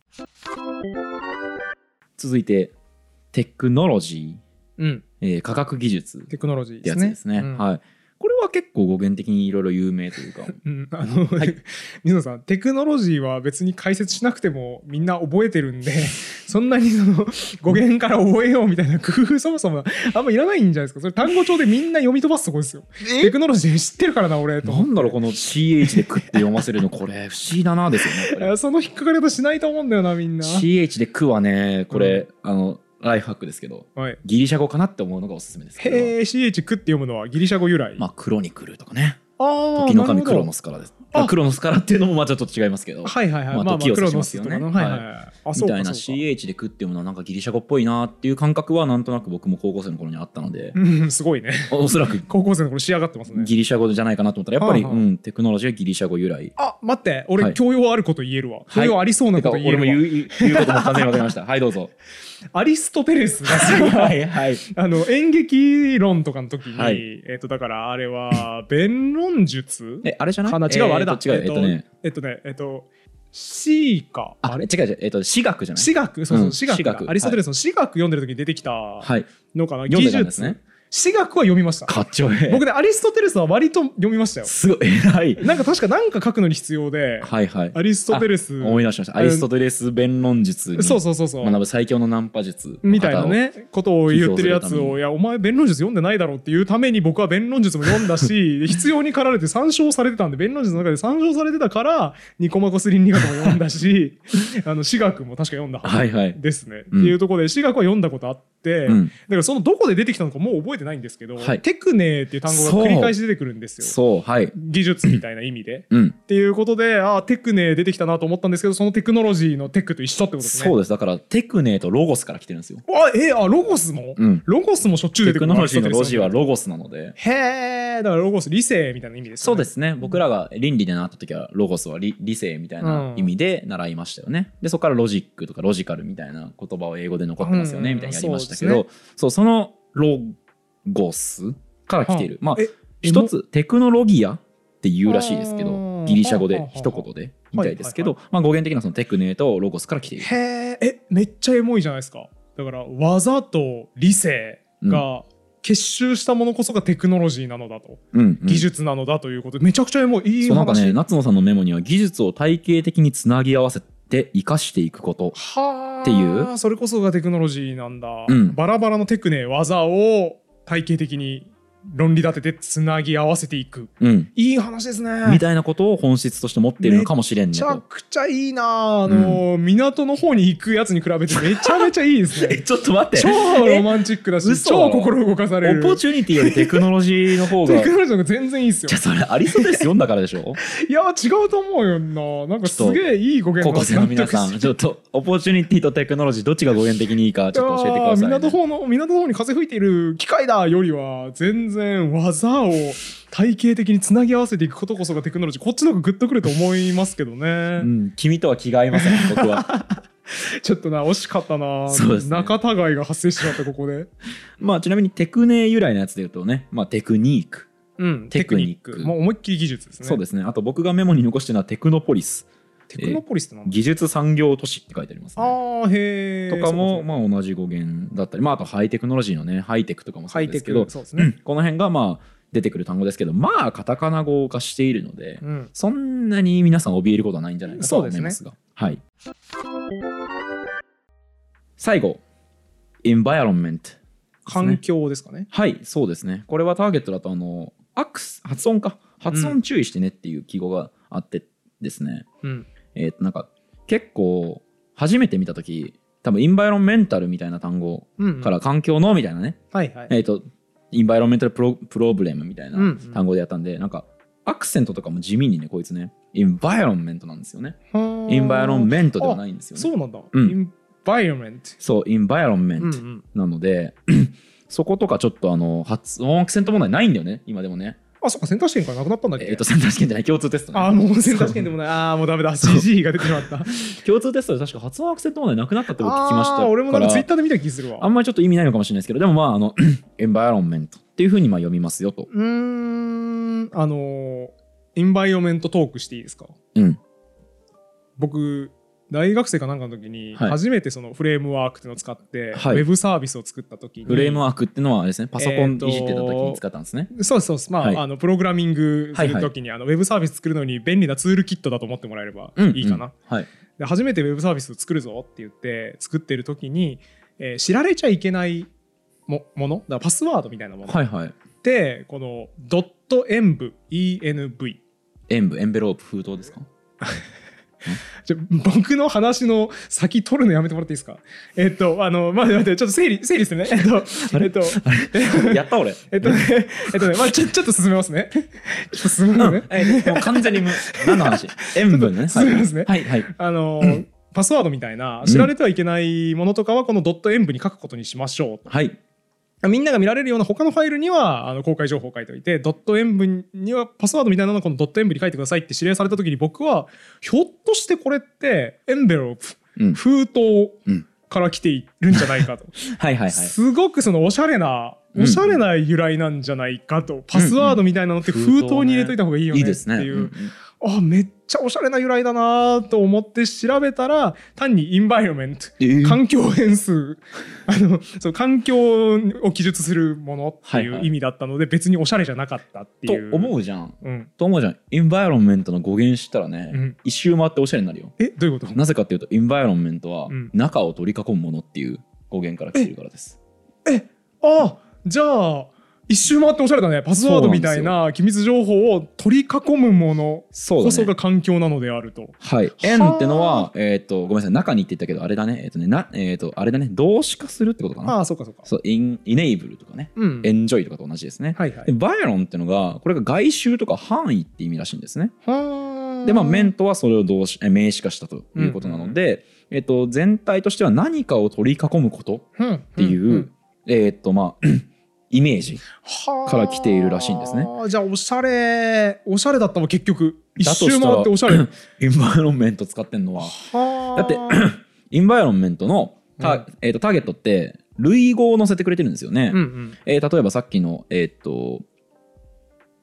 続いてテクノロジー、うんえー、科学技術テクノロジーってやつですね。うん、はいこれは結構語源的にいろいろ有名というか、うん、あの、 はい、水野さんテクノロジーは別に解説しなくてもみんな覚えてるんでそんなにその語源から覚えようみたいな工夫そもそもあんまいらないんじゃないですか。それ単語帳でみんな読み飛ばすとこですよ。テクノロジー知ってるからな俺と。 なんだろうこの シーエイチ でクって読ませるのこれ不思議だなですよね。 その引っかかり方しないと思うんだよなみんな。 シーエイチ でクはねこれ、うん、あのライフハックですけど、はい、ギリシャ語かなって思うのがおすすめですけど。 へえ シーエイチ クって読むのはギリシャ語由来。 まあクロニクルとかねあ時の神クロノスからです。クロノスからっていうのもまあちょっと違いますけどはいはいはいまあ時を指しますよね。 みたいな シーエイチ でクっていうのはなんかギリシャ語っぽいなっていう感覚はなんとなく僕も高校生の頃にあったので、 うん、すごいねおそらく高校生の頃仕上がってますね。 ギリシャ語じゃないかなと思ったらやっぱり、はあはあうん、テクノロジーはギリシャ語由来。 あ待って俺、はい、教養あること言えるわ。教養ありそうなこと言えるわ、 はい、俺も言う、言うことも完全に分かりましたはいどうぞ。 アリストテレスがすごいはい、はい、あの演劇論とかの時に、はい、えっとだからあれは弁論術えあれじゃないかな違う、えー、あれだ違うえっとねえっとねえっと C かあれ違う違うえっと私学じゃない私学そうそう、うん、私学アリストテレスの私学読んでる時に出てきたのかな、はい、技術ね私学は読みました。 かっちょいい。 僕ねアリストテレスは割と読みましたよ。 すごい偉い。 なんか確か何か書くのに必要で、はいはい、アリストテレス思い出しました。アリストテレス弁論術にそうそうそうそう学ぶ最強のナンパ術みたいなねことを言ってるやつをいやお前弁論術読んでないだろうっていうために僕は弁論術も読んだし必要に駆られて参照されてたんで弁論術の中で参照されてたからニコマコス倫理学も読んだしあの私学も確か読んだはずですね、はいはい、っていうところで私学は読んだことあって、うん、だからそのどこで出てきたのかもう覚えてないんですけど、はいテクネっていう単語が繰り返し出てくるんですよ。 そう、はい、 技術みたいな意味で、うん、っていうことであテクネ出てきたなと思ったんですけどそのテクノロジーのテクと一緒ってことですね。 そうですだからテクネとロゴスから来てるんですよ。 あえあロゴスも、うん、ロゴスもしょっちゅう出てくる。 テクノロジーのロジはロゴスなのでへえだからロゴス理性みたいな意味ですね。 そうですね僕らが倫理で習った時はロゴスは 理, 理性みたいな意味で習いましたよね、うん、でそこからロジックとかロジカルみたいな言葉を英語で残ってますよね、うん、みたいにやりましたけどそう、ね、そうそのロゴスから来ている、はあ、まあ一つテクノロギアっていうらしいですけどギリシャ語で一言でみたいですけど、まあ、語源的なそのテクネとロゴスから来ている。 へえ、めっちゃエモいじゃないですか。だから技と理性が結集したものこそがテクノロジーなのだと、うんうん、技術なのだということでめちゃくちゃエモい。いい話。そうなんかね、 夏野さんのメモには技術を体系的につなぎ合わせて生かしていくことっていう、 それこそがテクノロジーなんだ、うん、バラバラのテクネ技を体系的に論理立ててつなぎ合わせていく、うん、いい話ですねみたいなことを本質として持っているのかもしれんねと。 めちゃくちゃいいなあの、うん、港の方に行くやつに比べてめちゃめちゃいいですねちょっと待って、 超ロマンチックだし超心動かされる。 オポチュニティよりテクノロジーの方がテクノロジーの方が全然いいですよ。 じゃあそれアリストテレス読んだからでしょいや違うと思うよな。なんかすげえいい語源が高校生の皆さんちょっとオポチュニティとテクノロジーどっちが語源的にいいかちょっと教えてください、ね、 港方の港の方に風吹いている機械だよりは全然技を体系的につなぎ合わせていくことこそがテクノロジー。こっちの方がグッとくると思いますけどね、 うん、君とは気が合いません僕はちょっとな惜しかったな、ね、仲違いが発生しちゃったここでまあちなみにテクネ由来のやつでいうとね、まあ、テクニーク、 うん、テクニックもう思いっきり技術ですね。 そうですね。あと僕がメモに残してるのはテクノポリス。 テクノポリスって何だ、 えー、技術産業都市って書いてありますね。 あへとかもまあ同じ語源だったり、まあ、あとハイテクノロジーのねハイテクとかもそうですけど、そうですね、うん、この辺がまあ出てくる単語ですけど、まあカタカナ語化しているので、うん、そんなに皆さん怯えることはないんじゃないかと思いますが、はい。最後、エンバイロンメント、 環境ですかね。 はい、そうですね。これはターゲットだとあのアクス発音か発音注意してねっていう記号があってですね、うん、えー、となんか結構初めて見た時多分インバイロンメンタルみたいな単語から環境のみたいなね、うんうん、はいはい、えーとインバイロンメンタルプ ロ, プロブレムみたいな単語でやったんで、うんうん、なんかアクセントとかも地味にねこいつねインバイロンメントなんですよね。インバイロンメントではないんですよね。 そうなんだ、うん、インバイロンメント、 そうインバイロンメントなので、うんうん、そことかちょっとあの発音アクセント問題ないんだよね今でもね。 あ、そっか、センター試験からなくなったんだっけ。 えっとセンター試験じゃない共通テスト、ね、 あもうセンター試験でもないあもうダメだ シージー が出てしまった共通テストで確か発音アクセント問題なくなったって僕聞きましたから。 俺もなんかツイッターで見た気するわ。 あんまりちょっと意味ないのかもしれないですけど、でもまああのエンバイロンメントっていう風にまあ読みますよと。 うーんあのインバイロメントトークしていいですか。 うん僕大学生かなんかの時に初めてそのフレームワークっていうのを使ってウェブサービスを作った時に、 フレームワークっていうのはあれですね、パソコンいじってた時に使ったんですね。 そうそうまあ、はい、あのプログラミングする時に、はいはい、あのウェブサービス作るのに便利なツールキットだと思ってもらえればいいかな、うんうんはい、で初めてウェブサービスを作るぞって言って作ってる時に、えー、知られちゃいけないも, ものだからパスワードみたいなもの、はいはい、でこのドットエンブ イーエヌブイエンブエンベロープ封筒ですかじゃ僕の話の先取るのやめてもらっていいですか。えっとあの待って待ってちょっと整理整理してね。えっとえっとやった俺。 えっとねえっとねまあちょちょっと進めますね。ちょっと進めますね。 えー、もう完全に何の話？塩分ね。 進めますね。 はいはい。 あのパスワードみたいな知られてはいけないものとかはこのドット塩分に書くことにしましょう。 はい。 みんなが見られるような他のファイルにはあの公開情報を書いておいてドット塩分にはパスワードみたいなのをこのドット塩分に書いてくださいって指令された時に僕はひょっとしてこれってエンベロープ、うん、封筒から来ているんじゃないかとはいはい、はい、 すごくそのおしゃれなおしゃれな由来なんじゃないかと、うん、パスワードみたいなのって封筒に入れといた方がいいよねっていう、あめっちゃおしゃれな由来だなと思って調べたら単にインバイロメント、えー、環境変数あのその環境を記述するものっていう意味だったので、はいはい、別におしゃれじゃなかったっていうと思うじゃん、うん、と思うじゃん。インバイロメントの語源知ったらね、うん、一周回っておしゃれになるよ。 えどういうこと？ なぜかっていうとインバイロメントは中を取り囲むものっていう語源から来てるからです。 ええあじゃあ一周回っておしゃれだね。パスワードみたいな機密情報を取り囲むものこそが環境なのであると。ね、 はい。円ってのは、えっ、ー、と、ごめんなさい、中にって言ったけど、あれだね、えっ、ー、とね、な、えっ、ー、と、あれだね、動詞化するってことかな。 ああ、そうかそうか。 そう、イン、イネイブルとかね、うん、エンジョイとかと同じですね。はいはい。で、バイロンってのが、これが外周とか範囲って意味らしいんですね。はで、まあ、メントはそれを動詞、名詞化したということなので、うんうんえっ、ー、と、全体としては何かを取り囲むことっていう、うんうんうん、えっ、ー、と、まあ、イメージから来ているらしいんですね。 じゃあおしゃれおしゃれだったも結局一周回っておしゃれインバイロンメント使ってんのはだってインバイロンメントの タ,、うんえー、とターゲットって類語を載せてくれてるんですよね。うんうんえー、例えばさっきの、えー、と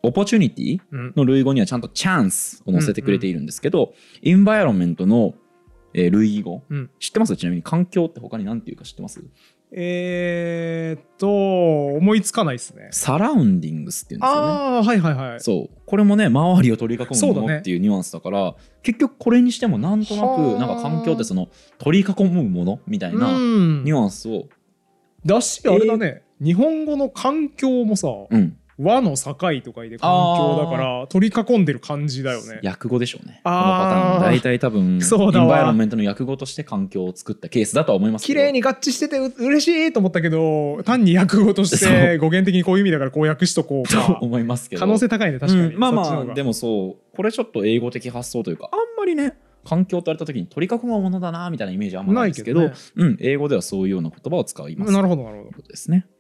オポチュニティの類語にはちゃんとチャンスを載せてくれているんですけど、インバイロメントの類語、うん、知ってます？ちなみに環境って他に何ていうか知ってます？ えーっと思いつかないですね。 サラウンディングスっていうんですよね。 ああはいはいはい。 そうこれもね周りを取り囲むものっていうニュアンスだから、ね、結局これにしてもなんとなくなんか環境ってその取り囲むものみたいなニュアンスをだし、あれだね、えー、日本語の環境もさ、うん和の境とかいで環境だから取り囲んでる感じだよね。 訳語でしょうね。このパターン大体多分インバイロメントの訳語として環境を作ったケースだとは思いますけど、 綺麗に合致してて嬉しいと思ったけど、単に訳語として語源的にこういう意味だからこう訳しとこうかと思いますけど、 可能性高いね確かに、 うん、まあまあでもそうこれちょっと英語的発想というかあんまりね環境と言われた時に取り囲むものだなみたいなイメージあんまないですけど、ないけどね、うん、英語ではそういうような言葉を使います。 なるほどなるほど。 ことですね。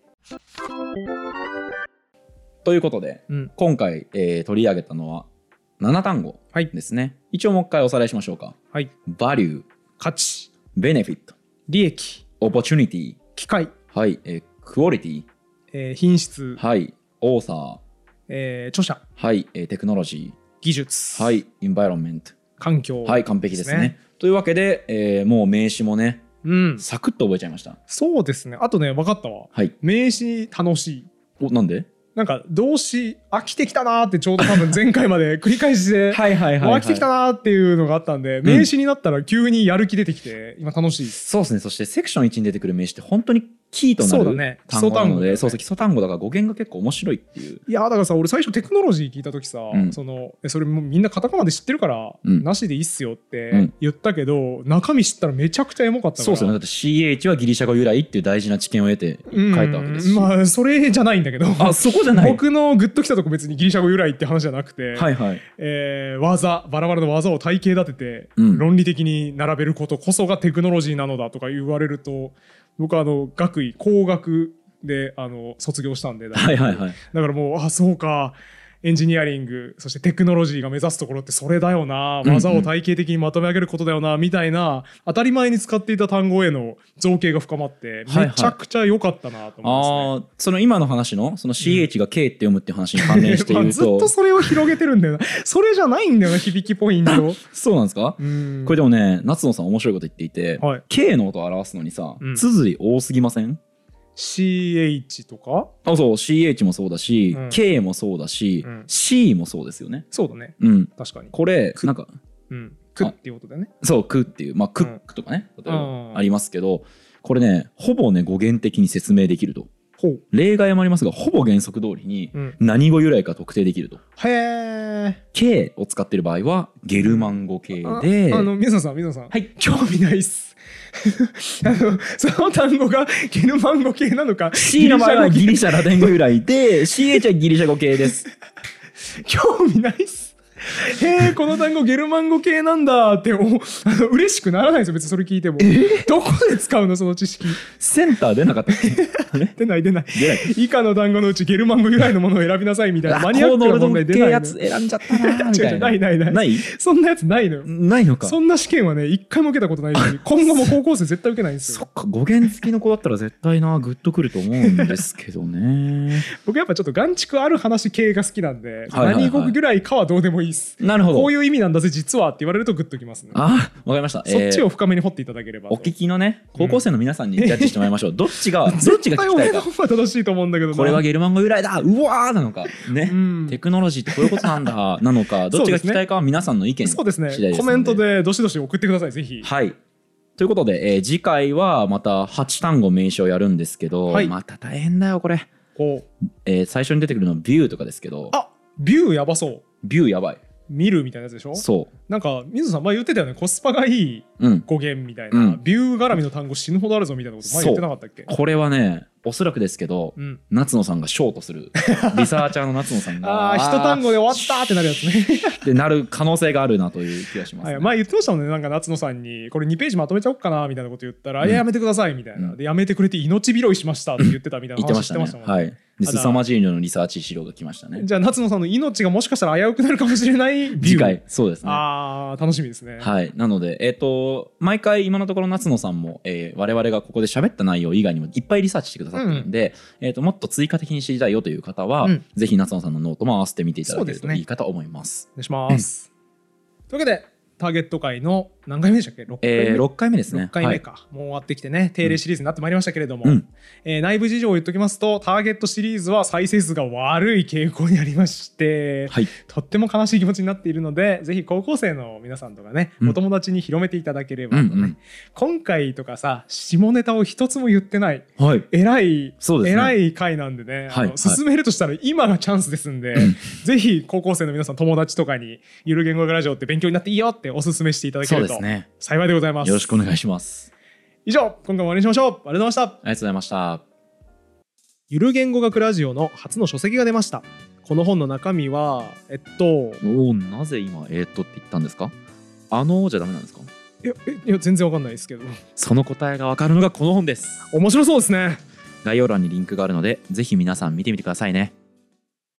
ということで、うん、今回、えー、取り上げたのはなな単語ですね、はい、一応もう一回おさらいしましょうか。 はい、 バリュー価値、 ベネフィット利益、 オポチュニティ機会、 はい、えー、クオリティ、 えー、品質、 はい、オーサー、 えー、著者、 はい、えー、テクノロジー、 技術、 はい、インバイロメント、 環境、 はい、完璧ですね。というわけで、えー、もう名詞もね、うん、サクッと覚えちゃいました。 そうですね。あとね分かったわ、 はい、 名詞楽しい。 お、なんで？ なんか動詞飽きてきたなーってちょうど多分前回まで繰り返しで飽きてきたなーっていうのがあったんで、名詞になったら急にやる気出てきて今楽しいです。 そうですね。そしてセクションいちに出てくる名詞って本当にキーとなる単語なので、そうそう基礎単語だから語源が結構面白いっていう。 いやだからさ、俺最初テクノロジー聞いた時さ、うん、そのそれもみんなカタカナで知ってるから、うん、なしでいいっすよって言ったけど、うん、中身知ったらめちゃくちゃエモかったから。 そうですよね。だって シーエイチ はギリシャ語由来っていう大事な知見を得て書いたわけですし、 まあそれじゃないんだけど、 あそこじゃない。 僕のグッときたとこ別にギリシャ語由来って話じゃなくて、 はいはい、 えー、技バラバラの技を体系立てて、うん、論理的に並べることこそがテクノロジーなのだとか言われると、僕はあの学位工学であの卒業したんで、だから、はいはいはい、だからもうあそうかエンジニアリングそしてテクノロジーが目指すところってそれだよな、技を体系的にまとめ上げることだよな、うんうん、みたいな当たり前に使っていた単語への造形が深まってめちゃくちゃ良かったなと思いますね。はいはい、あその今の話のその シーエイチ が K って読むっていう話に関連して言うと、 ずっとそれを広げてるんだよな。それじゃないんだよな響きポイント。 そうなんですか？うんこれでもね夏野さん面白いこと言っていて、はい、K の音を表すのにさ綴り多すぎません？ シーエイチ とかあそう シーエイチ もそうだし、うん、K もそうだし、うん、C もそうですよね。 そうだね、 うん、 確かにこれなんか、 うん、クっていうことだよね。 そうクっていうまあクックとかね、うん、例えばありますけど、これねほぼね語源的に説明できると。例外もありますがほぼ原則通りに何語由来か特定できると。うん、 へえ。 K を使ってる場合はゲルマン語系で、 ああの水野さん水野さん、 はい、 興味ないっす。あのその単語がゲルマン語系なのか C の場合はギリシャラテン語由来で シーエイチ はギリシャ語系です。 興味ないっす。へえこの単語ゲルマン語系なんだっておあの嬉しくならないですよ別にそれ聞いても。えー、どこで使うのその知識。 センター出なかったっけ？ 出ない出ない出ない。以下の単語のうちゲルマン語由来のものを選びなさいみたいなマニアックな問題出ないの。 やつ選んじゃったなみたいな。 ないないないない。 そんなやつないのよ。 ないのか。 そんな試験はね一回も受けたことないし今後も高校生絶対受けないんですよ。 そっか語源付きの子だったら絶対なグッとくると思うんですけどね。 僕やっぱちょっと眼蓄ある話系が好きなんで、はいはいはい、何語由来かはどうでもいいっす。 なるほど。 こういう意味なんだぜ実はって言われるとグッときますね。 あわかりました。 そっちを深めに掘っていただければ、 えー、お聞きのね高校生の皆さんにジャッジしてもらいましょう、うん、どっちがどっちが聞きたいか。絶対俺の方が正しいと思うんだけどな。 これはゲルマン語由来だうわーなのかね、うん、テクノロジーってこういうことなんだなのかどっちが聞きたいかは皆さんの意見次第ですので、 そうですねコメントでどしどし送ってくださいぜひ。 はいということで、えー、次回はまたはち単語名詞をやるんですけど、はい、また大変だよこれ。こう、えー、最初に出てくるのはビューとかですけど、 あビューやばそう。 ビューやばい。 見るみたいなやつでしょ。 そうなんか水野さん前言ってたよねコスパがいい語源みたいな、うん、ビュー絡みの単語死ぬほどあるぞみたいなこと前言ってなかったっけ。 これはねおそらくですけど、うん、夏野さんがショートするリサーチャーの夏野さんがあ一単語で終わったってなるやつねでなる可能性があるなという気がします、ねはい、前言ってましたもんね。なんか夏野さんにこれにページまとめちゃおうかなみたいなこと言ったら、うん、いややめてくださいみたいな、うん、でやめてくれて命拾いしましたって言ってたみたいな話してましたもんね、はい、 凄まじい量のリサーチ資料が来ましたね。 じゃあ夏野さんの命がもしかしたら危うくなるかもしれないビュー。 次回そうですね。 あー楽しみですね。 はい。なのでえっ、ー、と毎回今のところ夏野さんも、えー、我々がここで喋った内容以外にもいっぱいリサーチしてくださってるんで、うん、えー、ともっと追加的に知りたいよという方は、うん、ぜひ夏野さんのノートも合わせてみていただけるといいかと思います。 お願いします。というわけでターゲット回の何回目でしたっけ？ろっかいめ、 えー、ろっかいめですね。 ろっかいめか、はい、もう終わってきてね定例シリーズになってまいりましたけれども、うん、えー、内部事情を言っときますとターゲットシリーズは再生数が悪い傾向にありまして、はい、とっても悲しい気持ちになっているのでぜひ高校生の皆さんとかね、うん、お友達に広めていただければとね、うんうん、今回とかさ下ネタを一つも言ってない、はい、偉い、そうですね、偉い回なんでね、はい、あの進めるとしたら今がチャンスですんで、はい、ぜひ高校生の皆さん友達とかにゆる言語学ラジオって勉強になっていいよっておすすめしていただけると幸いでございます。 よろしくお願いします。 以上、今回も終わりにしましょう。ありがとうございました。ありがとうございました。 ゆる言語学ラジオの初の書籍が出ました。この本の中身はえっとおなぜ今えっとって言ったんですか？あのじゃダメなんですか？ いや、いや全然わかんないですけど、 その答えがわかるのがこの本です。 面白そうですね。 概要欄にリンクがあるのでぜひ皆さん見てみてくださいね。